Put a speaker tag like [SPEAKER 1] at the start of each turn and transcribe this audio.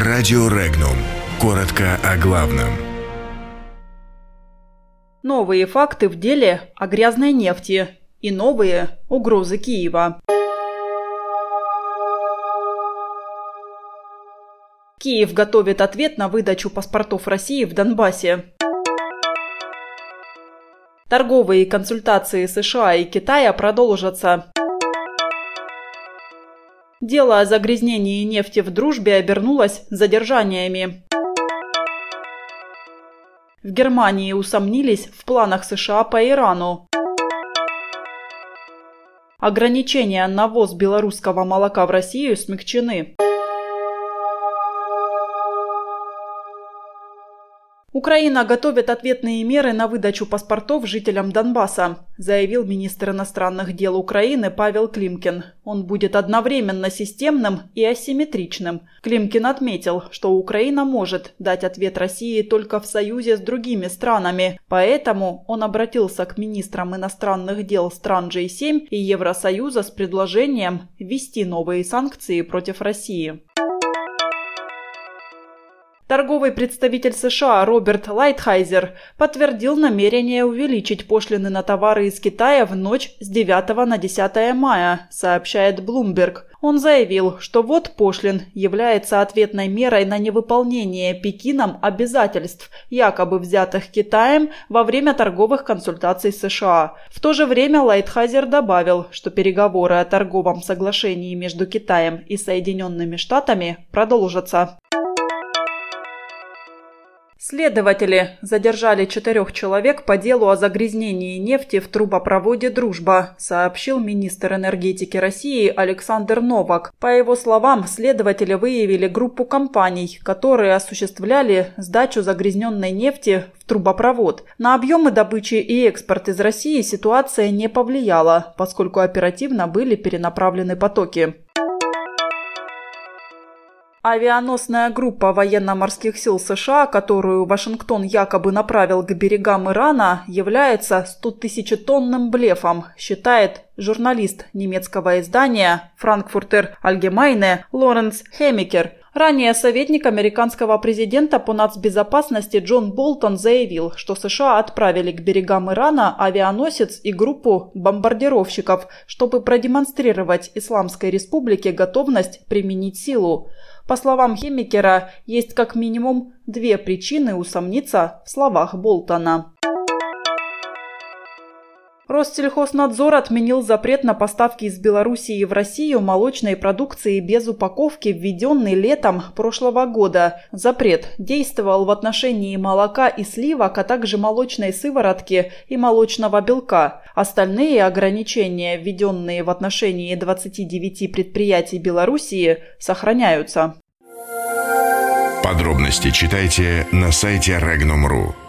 [SPEAKER 1] Радио Регнум. Коротко о главном.
[SPEAKER 2] Новые факты в деле о грязной нефти и новые угрозы Киева. Киев готовит ответ на выдачу паспортов России в Донбассе. Торговые консультации США и Китая продолжатся. Дело о загрязнении нефти в Дружбе обернулось задержаниями. В Германии усомнились в планах США по Ирану. Ограничения на ввоз белорусского молока в Россию смягчены. Украина готовит ответные меры на выдачу паспортов жителям Донбасса, заявил министр иностранных дел Украины Павел Климкин. Он будет одновременно системным и асимметричным. Климкин отметил, что Украина может дать ответ России только в союзе с другими странами, поэтому он обратился к министрам иностранных дел стран G7 и Евросоюза с предложением ввести новые санкции против России. Торговый представитель США Роберт Лайтхайзер подтвердил намерение увеличить пошлины на товары из Китая в ночь с 9 на 10 мая, сообщает Bloomberg. Он заявил, что ввод пошлин является ответной мерой на невыполнение Пекином обязательств, якобы взятых Китаем во время торговых консультаций с США. В то же время Лайтхайзер добавил, что переговоры о торговом соглашении между Китаем и Соединенными Штатами продолжатся. Следователи задержали 4 человек по делу о загрязнении нефти в трубопроводе «Дружба», сообщил министр энергетики России Александр Новак. По его словам, следователи выявили группу компаний, которые осуществляли сдачу загрязненной нефти в трубопровод. На объемы добычи и экспорт из России ситуация не повлияла, поскольку оперативно были перенаправлены потоки. Авианосная группа военно-морских сил США, которую Вашингтон якобы направил к берегам Ирана, является 100-тысячетонным блефом, считает журналист немецкого издания «Франкфуртер Альгемайне» Лоренс Хемикер. Ранее советник американского президента по нацбезопасности Джон Болтон заявил, что США отправили к берегам Ирана авианосец и группу бомбардировщиков, чтобы продемонстрировать Исламской Республике готовность применить силу. По словам Хемикера, есть как минимум 2 причины усомниться в словах Болтона. Россельхознадзор отменил запрет на поставки из Белоруссии в Россию молочной продукции без упаковки, введенный летом прошлого года. Запрет действовал в отношении молока и сливок, а также молочной сыворотки и молочного белка. Остальные ограничения, введенные в отношении 29 предприятий Белоруссии, сохраняются.
[SPEAKER 1] Подробности читайте на сайте Regnum.ru.